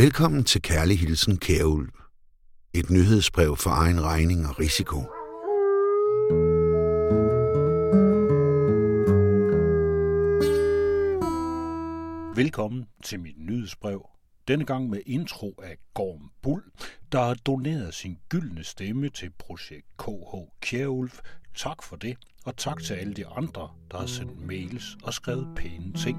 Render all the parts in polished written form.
Velkommen til Kærlig Hilsen Kærulv. Et nyhedsbrev for egen regning og risiko. Velkommen til mit nyhedsbrev. Denne gang med intro af Gorm Bull, der har doneret sin gyldne stemme til projekt KH Kærulv. Tak for det, og tak til alle de andre, der har sendt mails og skrevet pæne ting.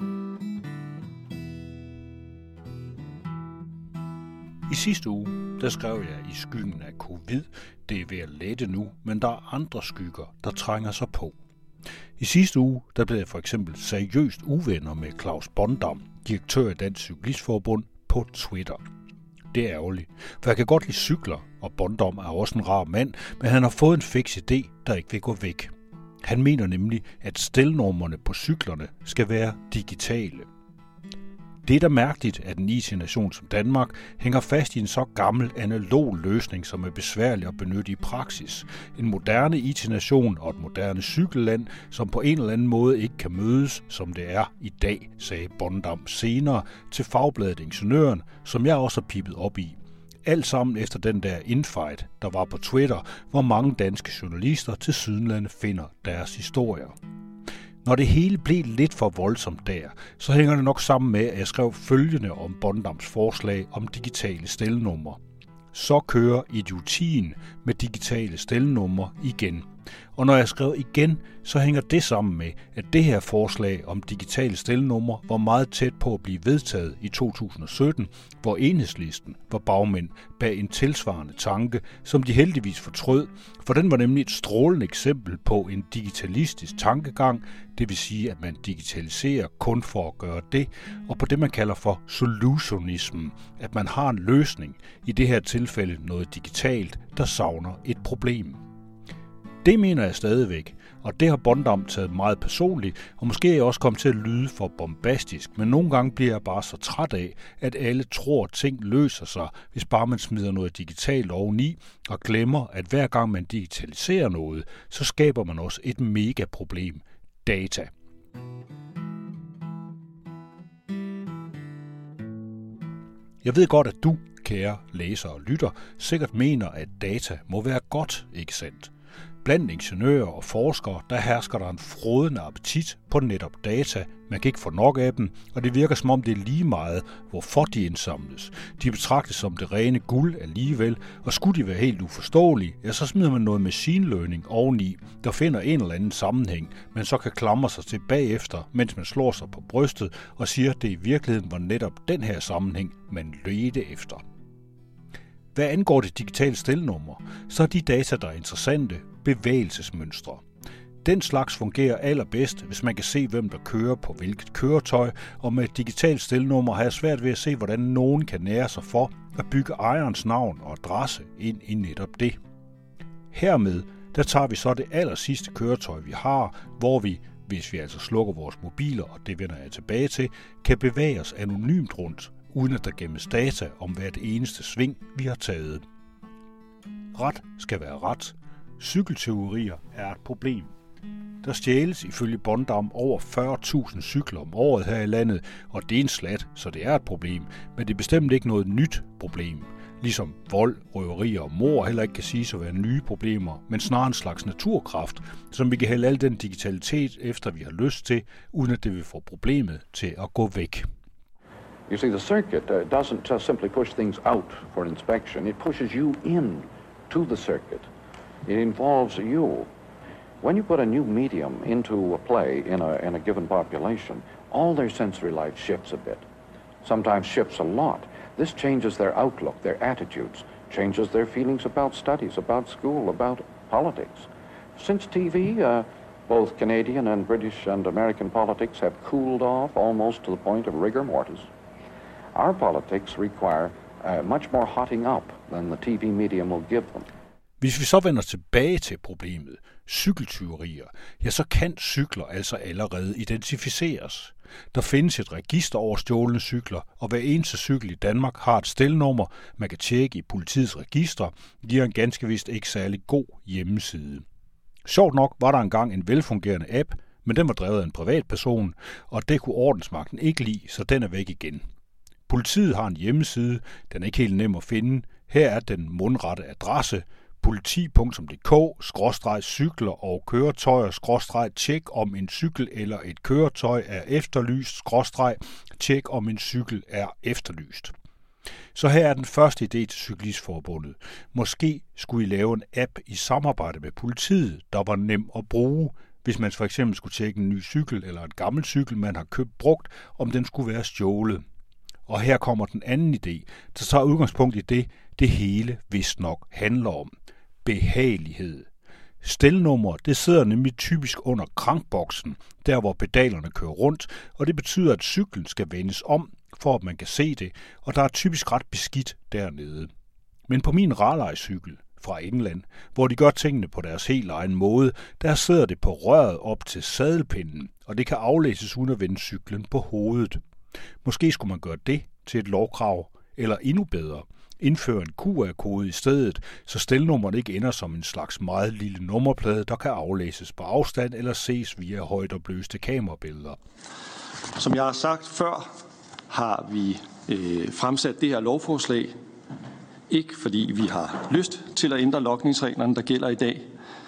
I sidste uge, der skrev jeg i skyggen af covid. Det er ved at lette nu, men der er andre skygger, der trænger sig på. I sidste uge, der blev jeg for eksempel seriøst uvenner med Klaus Bondam, direktør i Dansk Cyklistforbund, på Twitter. Det er ærgerligt, for jeg kan godt lide cykler, og Bondam er også en rar mand, men han har fået en fiks idé, der ikke vil gå væk. Han mener nemlig, at stelnummerne på cyklerne skal være digitale. Det er da mærkeligt, at en IT-nation som Danmark hænger fast i en så gammel analog løsning, som er besværlig at benytte i praksis. En moderne IT-nation og et moderne cykelland, som på en eller anden måde ikke kan mødes, som det er i dag, sagde Bondam senere til Fagbladet Ingeniøren, som jeg også har pippet op i. Alt sammen efter den der infight, der var på Twitter, hvor mange danske journalister til Sydlandet finder deres historier. Når det hele blev lidt for voldsomt der, så hænger det nok sammen med, at jeg skrev følgende om Bondams forslag om digitale stelnumre. Så kører idiotien med digitale stelnumre igen. Og når jeg skrev igen, så hænger det sammen med, at det her forslag om digitale stelnumre var meget tæt på at blive vedtaget i 2017, hvor Enhedslisten var bagmænd bag en tilsvarende tanke, som de heldigvis fortrød, for den var nemlig et strålende eksempel på en digitalistisk tankegang, det vil sige, at man digitaliserer kun for at gøre det, og på det man kalder for solutionism, at man har en løsning, i det her tilfælde noget digitalt, der savner et problem. Det mener jeg stadigvæk, og det har Bondam taget meget personligt, og måske er jeg også kommet til at lyde for bombastisk, men nogle gange bliver jeg bare så træt af, at alle tror, at ting løser sig, hvis bare man smider noget digitalt oveni, og glemmer, at hver gang man digitaliserer noget, så skaber man også et megaproblem: data. Jeg ved godt, at du, kære læser og lytter, sikkert mener, at data må være godt, ikke sandt? Blandt ingeniører og forskere, der hersker der en frådende appetit på netop data. Man kan ikke få nok af dem, og det virker som om det er lige meget, hvorfor de indsamles. De betragtes som det rene guld alligevel, og skulle de være helt uforståelige, ja, så smider man noget machine learning oveni, der finder en eller anden sammenhæng, men så kan klamre sig til bagefter, mens man slår sig på brystet og siger, at det i virkeligheden var netop den her sammenhæng, man ledte efter. Hvad angår det digitale stelnummer, så er de data, der er interessante, bevægelsesmønstre. Den slags fungerer allerbedst, hvis man kan se, hvem der kører på hvilket køretøj, og med et digitalt stelnummer har jeg svært ved at se, hvordan nogen kan nære sig for at bygge ejerens navn og adresse ind i netop det. Hermed, der tager vi så det allersidste køretøj, vi har, hvor vi, hvis vi altså slukker vores mobiler, og det vender jeg tilbage til, kan bevæge os anonymt rundt, uden at der gemmes data om hvert eneste sving, vi har taget. Ret skal være ret. Cykeltyverier er et problem. Der stjæles ifølge Bondam over 40.000 cykler om året her i landet, og det er en slat, så det er et problem, men det er bestemt ikke noget nyt problem. Ligesom vold, røverier og mord heller ikke kan siges at være nye problemer, men snarere en slags naturkraft, som vi kan hælde al den digitalitet efter vi har lyst til, uden at det vil få problemet til at gå væk. You see, the circuit doesn't just simply push things out for inspection. It pushes you in to the circuit. It involves you. When you put a new medium into a play in a given population, all their sensory life shifts a bit. Sometimes shifts a lot. This changes their outlook, their attitudes, changes their feelings about studies, about school, about politics. Since TV, both Canadian and British and American politics have cooled off almost to the point of rigor mortis. Our politics require much more hotting up than the TV medium will give them. Hvis vi så vender tilbage til problemet, cykeltyverier, ja, så kan cykler altså allerede identificeres. Der findes et register over stjålne cykler, og hver eneste cykel i Danmark har et stelnummer, man kan tjekke i politiets register, giver en ganske vist ikke særlig god hjemmeside. Sjovt nok var der engang en velfungerende app, men den var drevet af en privatperson, og det kunne ordensmagten ikke lide, så den er væk igen. Politiet har en hjemmeside, den er ikke helt nem at finde. Her er den mundrette adresse: politi.dk/cykler og køretøjer/tjek om en cykel eller et køretøj er efterlyst/tjek om en cykel er efterlyst. Så her er den første idé til Cyklistforbundet. Måske skulle I lave en app i samarbejde med politiet, der var nem at bruge, hvis man for eksempel skulle tjekke en ny cykel eller en gammel cykel, man har købt brugt, om den skulle være stjålet. Og her kommer den anden idé, der tager udgangspunkt i det hele vist nok handler om. Behagelighed. Stelnummer, det sidder nemlig typisk under krankboksen, der hvor pedalerne kører rundt, og det betyder, at cyklen skal vendes om, for at man kan se det, og der er typisk ret beskidt dernede. Men på min Raleigh-cykel fra England, hvor de gør tingene på deres helt egen måde, der sidder det på røret op til sadelpinden, og det kan aflæses uden at vende cyklen på hovedet. Måske skulle man gøre det til et lovkrav, eller endnu bedre, indføre en QR-kode i stedet, så stelnummeret ikke ender som en slags meget lille nummerplade, der kan aflæses på afstand eller ses via højtopløste kamerabilleder. Som jeg har sagt før, har vi fremsat det her lovforslag, ikke fordi vi har lyst til at ændre logningsreglerne, der gælder i dag,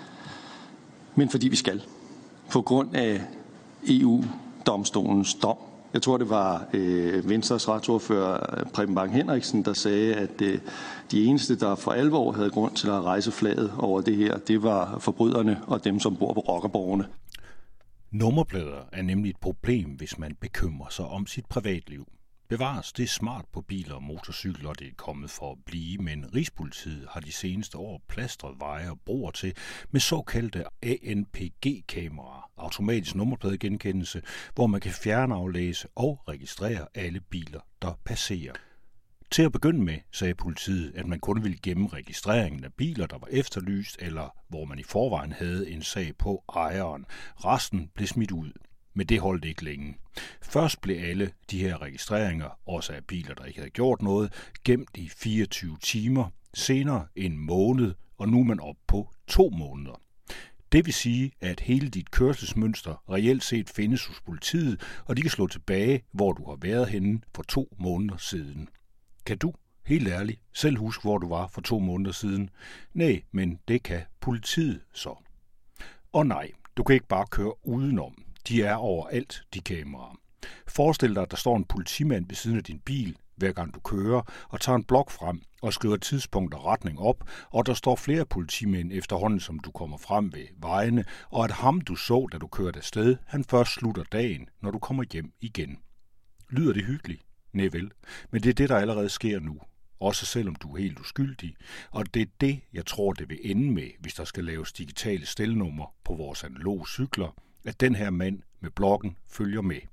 men fordi vi skal, på grund af EU-domstolens dom. Jeg tror, det var Venstres retsordfører Preben Bang Henriksen, der sagde, at de eneste, der for alvor havde grund til at rejse flaget over det her, det var forbryderne og dem, som bor på rockerborgene. Nummerplader er nemlig et problem, hvis man bekymrer sig om sit privatliv. Bevares, det er smart på biler og motorcykler, det er kommet for at blive, men Rigspolitiet har de seneste år plastret veje og broer til med såkaldte ANPG-kameraer, automatisk nummerpladegenkendelse, hvor man kan fjernaflæse og registrere alle biler, der passerer. Til at begynde med sagde politiet, at man kun ville gemme registreringen af biler, der var efterlyst, eller hvor man i forvejen havde en sag på ejeren. Resten blev smidt ud. Men det holdt ikke længe. Først blev alle de her registreringer, også af biler, der ikke havde gjort noget, gemt i 24 timer, senere en måned, og nu er man oppe på 2 måneder. Det vil sige, at hele dit kørselsmønster reelt set findes hos politiet, og de kan slå tilbage, hvor du har været henne for 2 måneder siden. Kan du, helt ærligt, selv huske, hvor du var for 2 måneder siden? Nej, men det kan politiet så. Og nej, du kan ikke bare køre udenom. De er overalt, de kameraer. Forestil dig, at der står en politimand ved siden af din bil, hver gang du kører, og tager en blok frem og skriver tidspunkt og retning op, og der står flere politimænd efterhånden, som du kommer frem ved vejene, og at ham, du så, da du kørte afsted, han først slutter dagen, når du kommer hjem igen. Lyder det hyggeligt? Næh vel, men det er det, der allerede sker nu. Også selvom du er helt uskyldig, og det er det, jeg tror, det vil ende med, hvis der skal laves digitale stelnummer på vores analoge cykler, at den her mand med blokken følger med.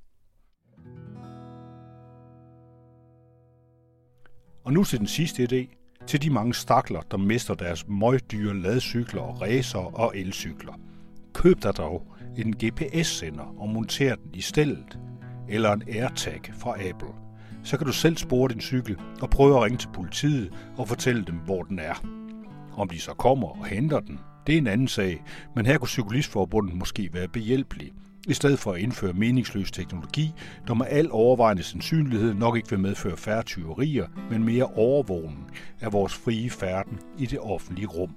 Og nu til den sidste idé, til de mange stakler, der mister deres møgdyre ladcykler og racer og elcykler. Køb dig dog en GPS-sender og monter den i stedet, eller en AirTag fra Apple. Så kan du selv spore din cykel og prøve at ringe til politiet og fortælle dem, hvor den er. Om de så kommer og henter den, det er en anden sag, men her kunne Cyklistforbundet måske være behjælpelig, i stedet for at indføre meningsløs teknologi, der med al overvejende sandsynlighed nok ikke vil medføre færre tyverier, men mere overvågning af vores frie færden i det offentlige rum.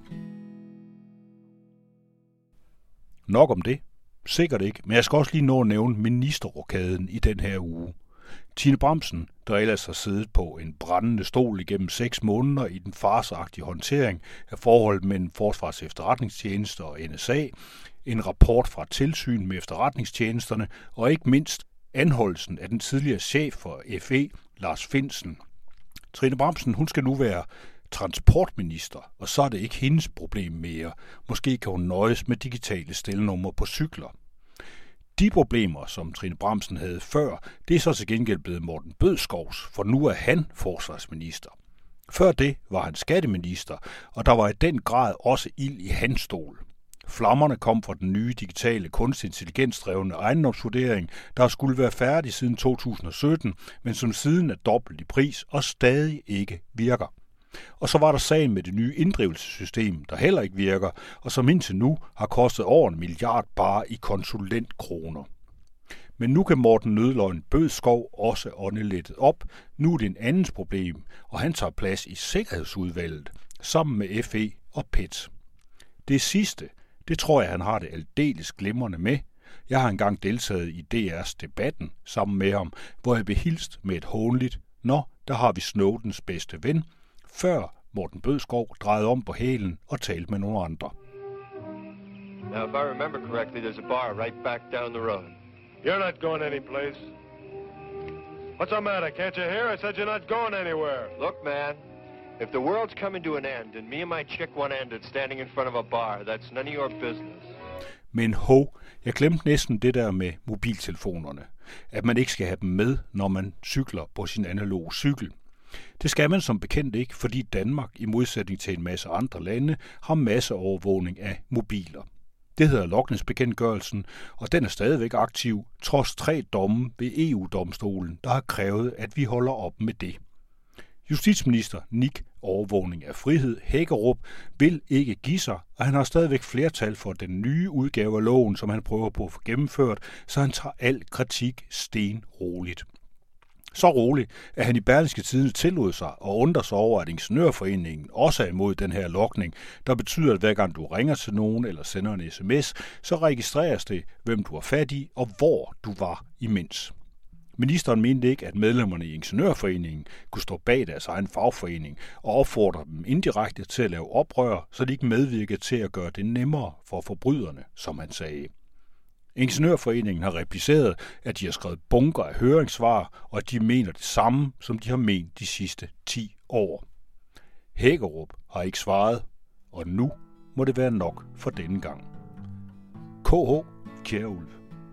Nok om det. Sikkert ikke, men jeg skal også lige nå at nævne ministerrokaden i den her uge. Trine Bramsen, der ellers har siddet på en brændende stol igennem 6 måneder i den farsagtige håndtering af forholdet mellem Forsvarets Efterretningstjeneste og NSA, en rapport fra tilsyn med efterretningstjenesterne og ikke mindst anholdelsen af den tidligere chef for FE, Lars Findsen. Trine Bramsen, hun skal nu være transportminister, og så er det ikke hendes problem mere. Måske kan hun nøjes med digitale stelnumre på cykler. De problemer, som Trine Bramsen havde før, det er så til gengæld blevet Morten Bødskovs, for nu er han forsvarsminister. Før det var han skatteminister, og der var i den grad også ild i hans stol. Flammerne kom fra den nye digitale kunstig intelligensdrevne ejendomsvurdering, der skulle være færdig siden 2017, men som siden er dobbelt i pris og stadig ikke virker. Og så var der sagen med det nye inddrivelsessystem, der heller ikke virker, og som indtil nu har kostet over 1 milliard bare i konsulentkroner. Men nu kan Morten Nødløgn Bødskov også ånde lettet op. Nu er det en andens problem, og han tager plads i Sikkerhedsudvalget sammen med FE og PET. Det sidste, det tror jeg, han har det aldeles glimrende med. Jeg har engang deltaget i DR's Debatten sammen med ham, hvor jeg blev hilst med et hånligt, "Nå, der har vi Snowdens bedste ven", før Morten Bødskov drejede om på hælen og talte med nogle andre. Now, if I remember correctly, there's a bar right back down the road. You're not going anyplace. What's the matter? Can't you hear? I said you're not going anywhere. Look, man, if the world's coming to an end and me and my chick want ended standing in front of a bar, that's none of your business. Men jeg glemte næsten det der med mobiltelefonerne. At man ikke skal have dem med, når man cykler på sin analog cykel. Det skal man som bekendt ikke, fordi Danmark, i modsætning til en masse andre lande, har masseovervågning af mobiler. Det hedder logningsbekendtgørelsen, og den er stadigvæk aktiv, trods 3 domme ved EU-domstolen, der har krævet, at vi holder op med det. Justitsminister Nick Overvågning af Frihed Hækkerup vil ikke give sig, og han har stadigvæk flertal for den nye udgave af loven, som han prøver på at få gennemført, så han tager al kritik stenroligt. Så roligt, at han i Berlingske Tidende tillod sig og undrer sig over, at Ingeniørforeningen også er imod den her logning, der betyder, at hver gang du ringer til nogen eller sender en sms, så registreres det, hvem du har fat i og hvor du var imens. Ministeren mente ikke, at medlemmerne i Ingeniørforeningen kunne stå bag deres egen fagforening og opfordre dem indirekte til at lave oprør, så de ikke medvirkede til at gøre det nemmere for forbryderne, som han sagde. Ingeniørforeningen har repliceret, at de har skrevet bunker af høringssvar, og at de mener det samme, som de har ment de sidste 10 år. Hækkerup har ikke svaret, og nu må det være nok for denne gang. KH Kjærulf.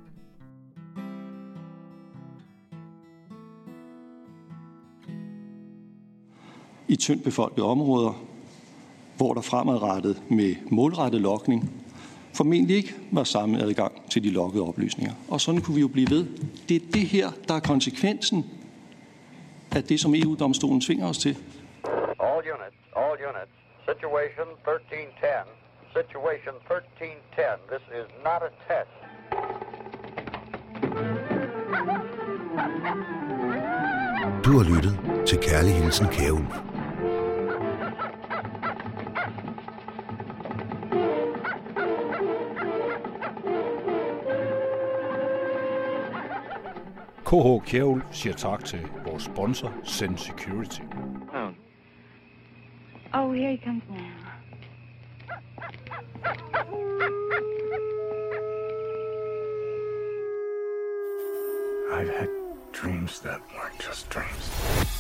I tyndt befolkede områder, hvor der fremadrettet med målrettet logning formentlig ikke var samme adgang til de loggede oplysninger. Og sådan kunne vi jo blive ved. Det er det her, der er konsekvensen af det, som EU-domstolen tvinger os til. All units. Situation 1310. Situation 1310. This is not a test. Du har lyttet til Kærlig Hilsen Kjærulf. KH Kjærulf siger tak til vores sponsor, Send Security. Oh, here he comes now. I've had dreams that weren't just dreams.